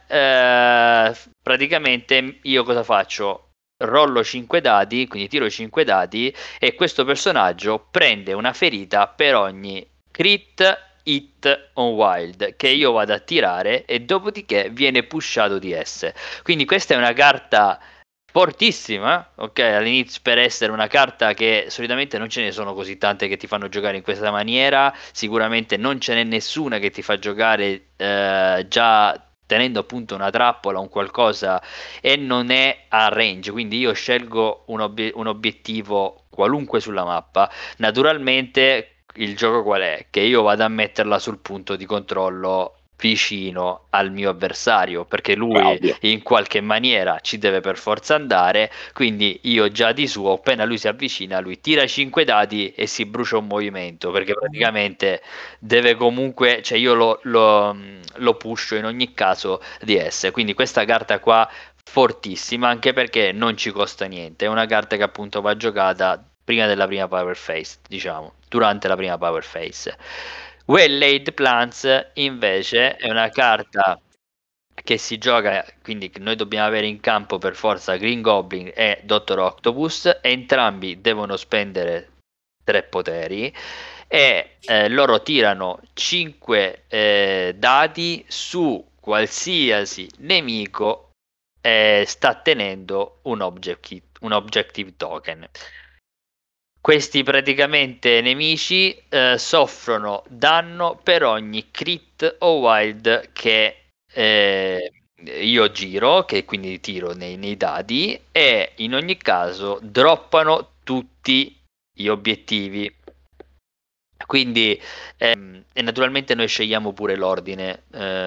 praticamente io cosa faccio? Rollo 5 dadi, quindi tiro 5 dadi, e questo personaggio prende una ferita per ogni crit, hit on wild che io vado a tirare, e dopodiché viene pushato di esse. Quindi questa è una carta fortissima, ok, all'inizio, per essere una carta che solitamente non ce ne sono così tante che ti fanno giocare in questa maniera. Sicuramente non ce n'è nessuna che ti fa giocare già tenendo appunto una trappola, un qualcosa, e non è a range, quindi io scelgo un obiettivo qualunque sulla mappa. Naturalmente il gioco qual è? Che io vado a metterla sul punto di controllo vicino al mio avversario, perché lui ovvio. in qualche maniera ci deve per forza andare, quindi io già di suo, appena lui si avvicina, lui tira 5 dadi e si brucia un movimento, perché praticamente deve comunque, cioè io lo pusho in ogni caso di S, quindi questa carta qua fortissima, anche perché non ci costa niente, è una carta che appunto va giocata prima della prima power phase, diciamo, durante la prima power phase. Well-Laid Plants invece è una carta che si gioca, quindi che noi dobbiamo avere in campo per forza Green Goblin e Dottor Octopus, entrambi devono spendere 3 poteri e loro tirano 5 dadi su qualsiasi nemico sta tenendo un objective token. Questi praticamente nemici soffrono danno per ogni crit o wild che io giro, che quindi tiro nei dadi, e in ogni caso droppano tutti gli obiettivi. Quindi e naturalmente noi scegliamo pure l'ordine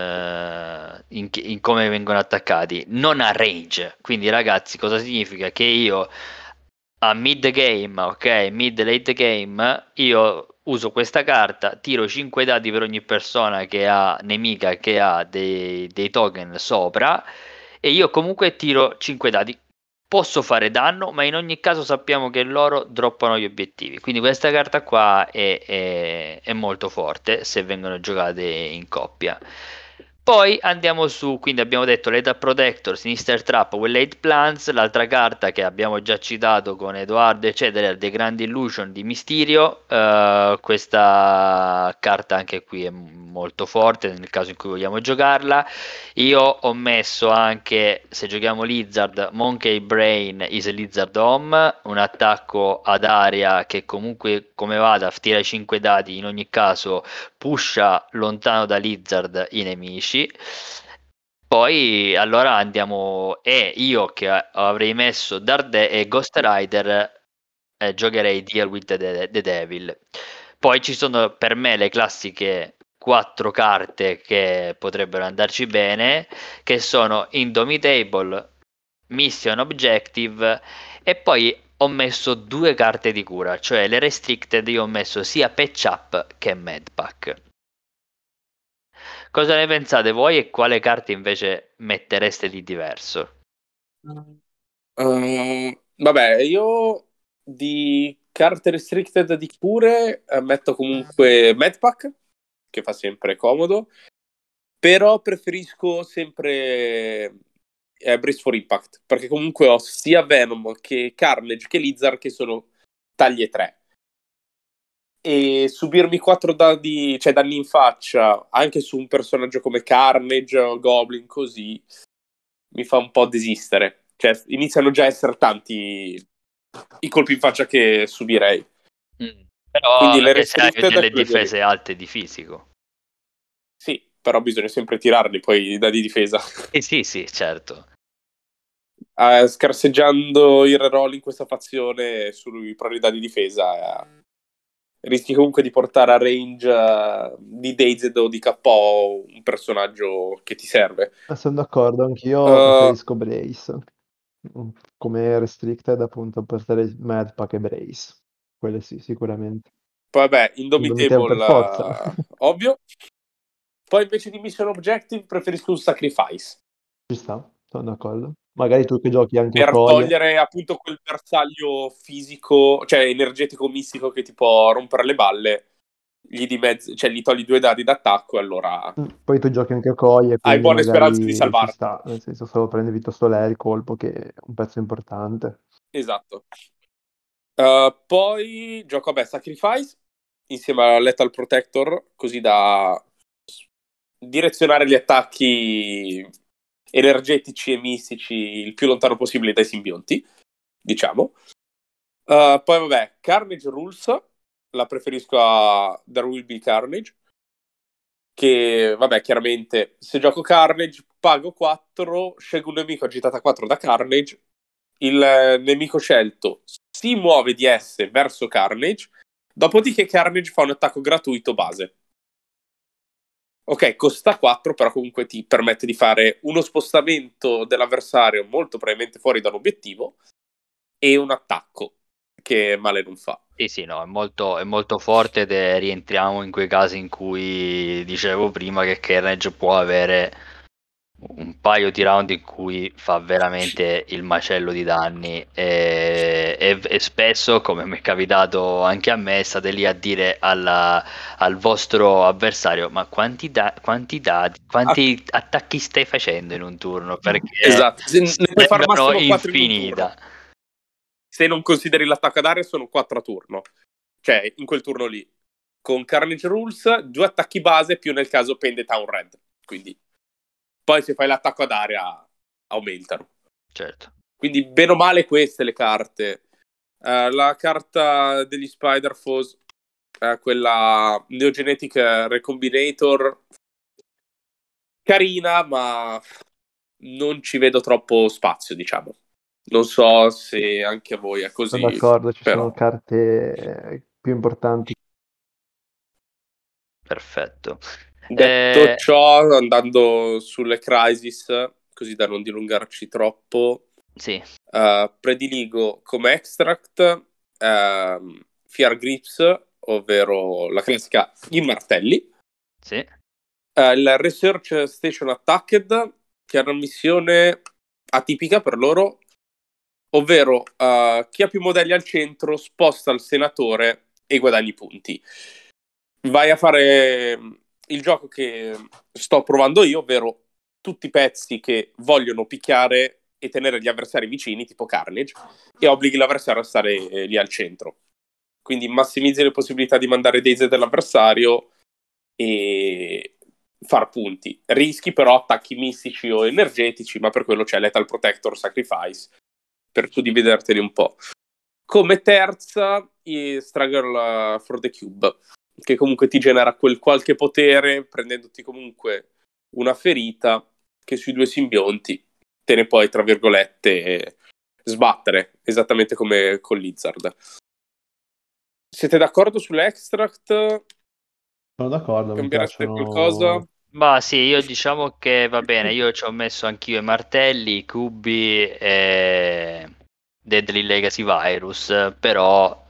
in come vengono attaccati, non a range. Quindi ragazzi, cosa significa? Che io a mid game, ok, mid late game, io uso questa carta, tiro 5 dadi per ogni persona che ha nemica che ha dei token sopra e io comunque tiro 5 dadi. Posso fare danno, ma in ogni caso sappiamo che loro droppano gli obiettivi. Quindi questa carta qua è molto forte se vengono giocate in coppia. Poi andiamo su, quindi abbiamo detto Lethal Protector, Sinister Trap, Well-Laid Plants, l'altra carta che abbiamo già citato con Edoardo eccetera, The Grand Illusion di Mysterio, questa carta anche qui è molto forte nel caso in cui vogliamo giocarla. Io ho messo anche, se giochiamo Lizard, Monkey Brain is a Lizard Home, un attacco ad area che comunque come vada tira 5 dadi, in ogni caso pusha lontano da Lizard i nemici. Poi allora andiamo, e io che avrei messo Darde e Ghost Rider giocherei Deal with the Devil. Poi ci sono per me le classiche 4 carte che potrebbero andarci bene, che sono Indomitable, Mission Objective e poi ho messo 2 carte di cura, cioè le Restricted io ho messo sia Patch Up che Medpack. Cosa ne pensate voi e quale carte invece mettereste di diverso? Vabbè, io di carte restricted di cure metto comunque Medpack, che fa sempre comodo, però preferisco sempre Brace for Impact, perché comunque ho sia Venom che Carnage che Lizard che sono taglie 3. E subirmi 4 danni, cioè danni in faccia anche su un personaggio come Carnage o Goblin così mi fa un po' desistere, cioè iniziano già a essere tanti i colpi in faccia che subirei. Però Quindi le se hai restricted delle quelle difese alte di fisico. sì, però bisogna sempre tirarli poi da di difesa. Sì, certo. Scarseggiando il reroll in questa fazione sui priorità di difesa rischi comunque di portare a range di Dazed o di KO un personaggio che ti serve. Sono d'accordo, anch'io Uh, preferisco Brace. Come restricted appunto portare Madpack e Brace. Quelle sì, sicuramente. Poi vabbè, Indomitable per Indomitable, forza. ovvio. Poi invece di Mission Objective preferisco un Sacrifice. Ci sta, sono d'accordo. Magari tu che giochi anche a Per Coie. togliere appunto quel bersaglio fisico, cioè energetico mistico che ti può rompere le balle, cioè gli togli 2 dadi d'attacco e allora Poi tu giochi anche a Coie, hai quindi buone speranze di magari ci salvarti. sta. Nel senso, solo prendi Vito Solè il colpo, che è un pezzo importante. Esatto. Poi gioco a Sacrifice insieme a Lethal Protector, così da direzionare gli attacchi energetici e mistici il più lontano possibile dai simbionti, diciamo. Poi vabbè, Carnage Rules, la preferisco a There Will Be Carnage, che vabbè, chiaramente se gioco Carnage pago 4, scelgo un nemico agitata 4 da Carnage, il nemico scelto si muove di S verso Carnage, dopodiché Carnage fa un attacco gratuito base. Ok, costa 4, però comunque ti permette di fare uno spostamento dell'avversario molto probabilmente fuori da un obiettivo e un attacco, che male non fa. Sì, no, è molto forte ed rientriamo in quei casi in cui dicevo prima che Carnage può avere un paio di round in cui fa veramente il macello di danni e spesso, come mi è capitato anche a me, state lì a dire al vostro avversario: ma quanti attacchi stai facendo in un turno? Perché Esatto, ne puoi fare sembrano massimo 4 in un infinita. turno. Se non consideri l'attacco ad area sono 4 a turno, cioè in quel turno lì. Con Carnage Rules 2 attacchi base più nel caso Pende Town Red, quindi poi se fai l'attacco ad area aumentano. Certo. Quindi bene o male queste le carte. La carta degli Spider Foes, quella Neogenetic Recombinator, carina, ma non ci vedo troppo spazio, diciamo. Non so se anche a voi è così. Sono d'accordo, ci però. sono carte più importanti. Perfetto. Detto ciò, andando sulle Crisis, così da non dilungarci troppo, Sì, prediligo come extract Fear Grips, ovvero la classica i martelli, sì, il Research Station Attacked, che è una missione atipica per loro, ovvero chi ha più modelli al centro sposta il senatore e guadagni punti. Vai a fare il gioco che sto provando io, ovvero tutti i pezzi che vogliono picchiare e tenere gli avversari vicini, tipo Carnage, e obblighi l'avversario a stare lì al centro. Quindi massimizzi le possibilità di mandare dei Z dell'avversario e far punti. Rischi però attacchi mistici o energetici, ma per quello c'è Lethal Protector Sacrifice, per tu dividerteli un po'. Come terza, i Struggle for the Cube, che comunque ti genera quel qualche potere, prendendoti comunque una ferita, che sui 2 simbionti te ne puoi, tra virgolette, sbattere, esattamente come con Lizard. Siete d'accordo sull'extract? Sono d'accordo, mi Cambiereste qualcosa? piacciono. ma sì, io diciamo che va bene, io ci ho messo anch'io i martelli, i cubi e Deadly Legacy Virus, però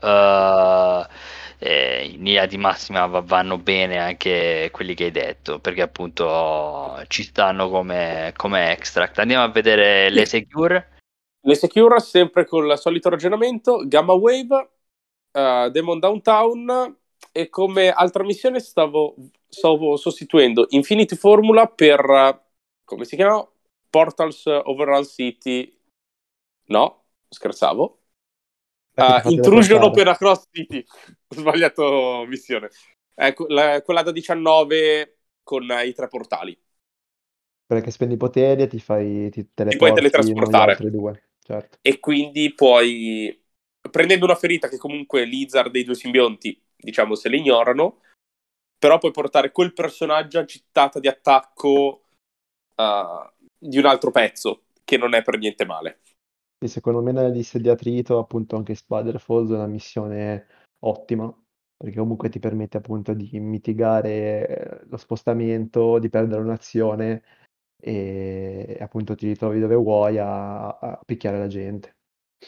in linea di massima vanno bene anche quelli che hai detto, perché appunto ci stanno come extract. Andiamo a vedere le Secure. Le Secure, sempre con il solito ragionamento, Gamma Wave, Demon Downtown, e come altra missione stavo sostituendo Infinity Formula per, come si chiama? Portals Overrun City. No, scherzavo. Perché ti fa Intrusion teleportare. Open Across City. Ho sbagliato missione. Quella da 19 con i 3 portali. Perché spendi poteri e ti Ti puoi teleporti negli teletrasportare. altri 2. Certo. E quindi puoi, prendendo una ferita che comunque Lizard dei 2 simbionti, diciamo, se le ignorano, però puoi portare quel personaggio a gittata di attacco di un altro pezzo, che non è per niente male. Sì, secondo me nella lista di attrito, appunto, anche Spider Falls è una missione ottima, perché comunque ti permette appunto di mitigare lo spostamento, di perdere un'azione e appunto ti ritrovi dove vuoi a picchiare la gente.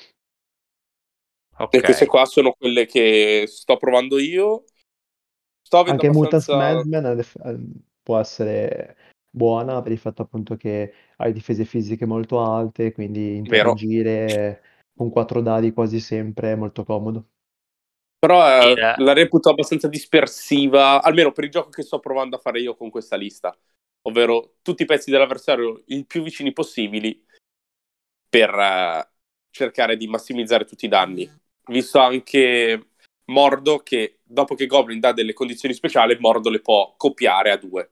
E queste Ok. qua sono quelle che sto provando io. Sto avendo Anche Mutants abbastanza. Madman può essere buona per il fatto appunto che hai difese fisiche molto alte, quindi Vero. interagire con 4 dadi quasi sempre è molto comodo. Però Era- la reputo abbastanza dispersiva, almeno per il gioco che sto provando a fare io con questa lista. Ovvero tutti i pezzi dell'avversario il più vicini possibili per cercare di massimizzare tutti i danni. Visto anche Mordo che dopo che Goblin dà delle condizioni speciali, Mordo le può copiare a 2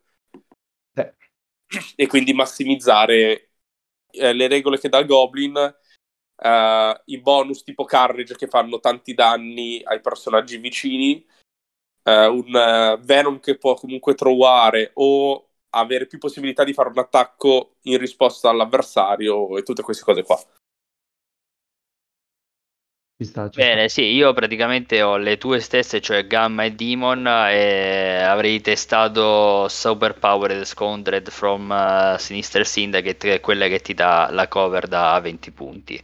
e quindi massimizzare le regole che dà il Goblin, i bonus tipo Carnage che fanno tanti danni ai personaggi vicini, un Venom che può comunque trovare o avere più possibilità di fare un attacco in risposta all'avversario e tutte queste cose qua. Ci sta. Bene, sì, io praticamente ho le tue stesse, cioè Gamma e Demon, e avrei testato Super Powered Scoundrel from Sinister Syndicate, che è quella che ti dà la cover da 20 punti.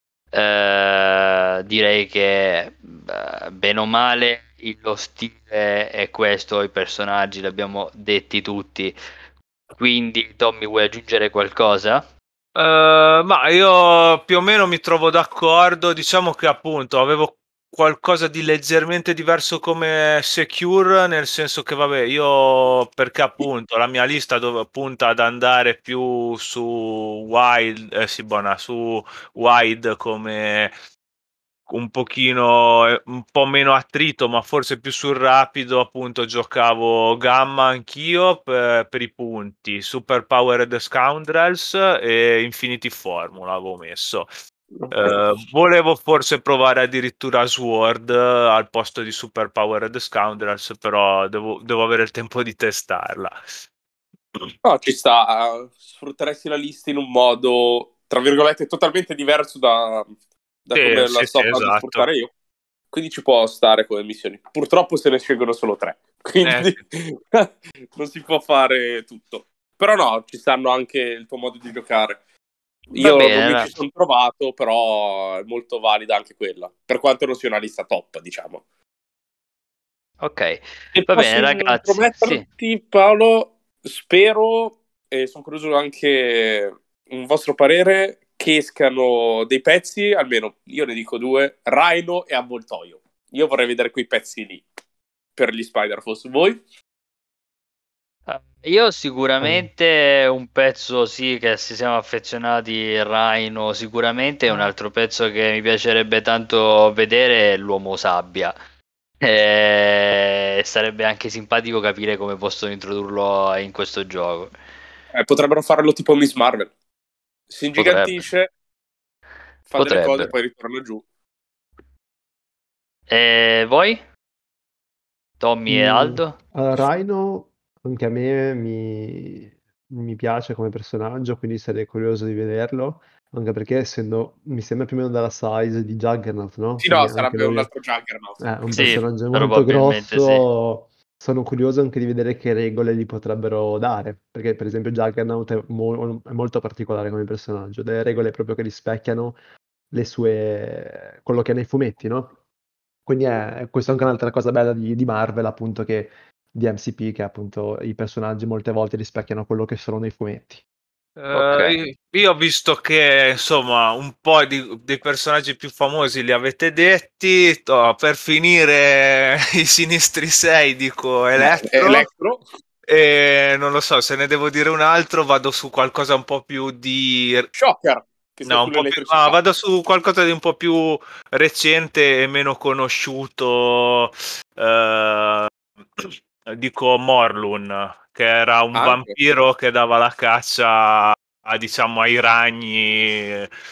Direi che bene o male lo stile è questo, i personaggi li abbiamo detti tutti, quindi Tommy, vuoi aggiungere qualcosa? Ma io più o meno mi trovo d'accordo. Diciamo che appunto avevo qualcosa di leggermente diverso come Secure, nel senso che vabbè, io perché appunto la mia lista dove punta ad andare più su Wild, sì, buona, su Wide come un pochino un po' meno attrito, ma forse più sul rapido, appunto giocavo Gamma anch'io per i punti, Super Powered Scoundrels e Infinity Formula avevo messo. Volevo forse provare addirittura Sword al posto di Super Powered Scoundrels, però devo avere il tempo di testarla. No, ci sta, sfrutteresti la lista in un modo, tra virgolette, totalmente diverso da Sì, come la sì, sì, sto provando a esatto. sfruttare io. Quindi ci può stare come missioni. Purtroppo se ne scelgono solo 3, quindi Sì. non si può fare tutto. Però no, ci stanno anche il tuo modo di giocare. Va Io non bene, mi ci sono trovato, però è molto valida anche quella, per quanto non sia una lista top, diciamo. ok, E va posso bene ragazzi, sì. prometterti, Paolo, spero, e sono curioso anche un vostro parere, che escano dei pezzi, almeno io ne dico 2, Rhino e Avvoltoio. Io vorrei vedere quei pezzi lì, per gli Spider-Force. Voi? Io sicuramente un pezzo sì che si siamo affezionati, Rhino sicuramente, un altro pezzo che mi piacerebbe tanto vedere è l'Uomo Sabbia. Sarebbe anche simpatico capire come possono introdurlo in questo gioco. Potrebbero farlo tipo Miss Marvel. Si Potrebbe, ingigantisce, fa delle cose e potrebbero. poi ritorna giù. E voi? Tommy e Aldo? Allora, Rhino anche a me mi piace come personaggio, quindi sarei curioso di vederlo, anche perché essendo, mi sembra più o meno della size di Juggernaut, no? Sì, Quindi no, anche sarebbe lui un è altro Juggernaut. un Sì, personaggio molto probabilmente sì. grosso. Sono curioso anche di vedere che regole gli potrebbero dare, perché per esempio Juggernaut è molto particolare come personaggio, delle regole proprio che rispecchiano quello che ha nei fumetti, no? Quindi questa è anche un'altra cosa bella di Marvel, appunto, che di MCP, che appunto i personaggi molte volte rispecchiano quello che sono nei fumetti. Ok. Io ho visto che insomma un po' dei personaggi più famosi li avete detti. Per finire i Sinistri 6 dico Electro, Electro. e non lo so, se ne devo dire un altro vado su qualcosa un po' più di Shocker, che sta no, un po' più sull'elettricità. vado su qualcosa di un po' più recente e meno conosciuto. eh, Dico Morlun, che era un Anche. vampiro che dava la caccia diciamo ai ragni,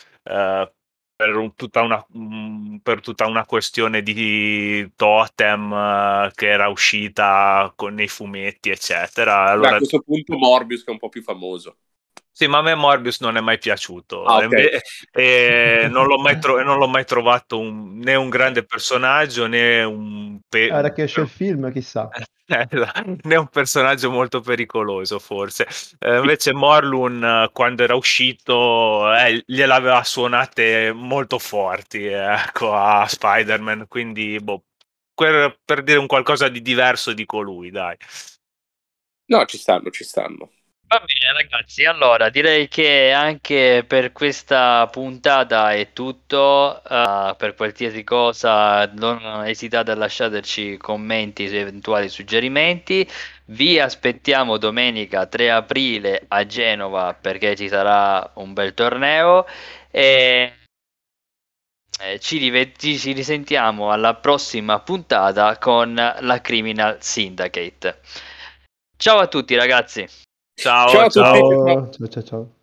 per tutta una questione di totem, che era uscita nei fumetti, eccetera. Beh, a Allora, questo punto Morbius, che è un po' più famoso. sì, ma a me Morbius non è mai piaciuto Ah, ok. e non l'ho mai trovato né un grande personaggio né Ora che esce il film, chissà. né un personaggio molto pericoloso, forse. Invece Morlun, quando era uscito, gliel'aveva suonate molto forti, ecco, a Spider-Man, quindi boh, per dire un qualcosa di diverso dico lui, dai. No, ci stanno, ci stanno. Va bene ragazzi, allora direi che anche per questa puntata è tutto. Per qualsiasi cosa non esitate a lasciarci commenti su eventuali suggerimenti. Vi aspettiamo domenica 3 aprile a Genova perché ci sarà un bel torneo e ci risentiamo alla prossima puntata con la Criminal Syndicate. Ciao a tutti ragazzi! Ciao, Ciao a tutti. ciao. Ciao. Ciao, ciao, ciao, ciao.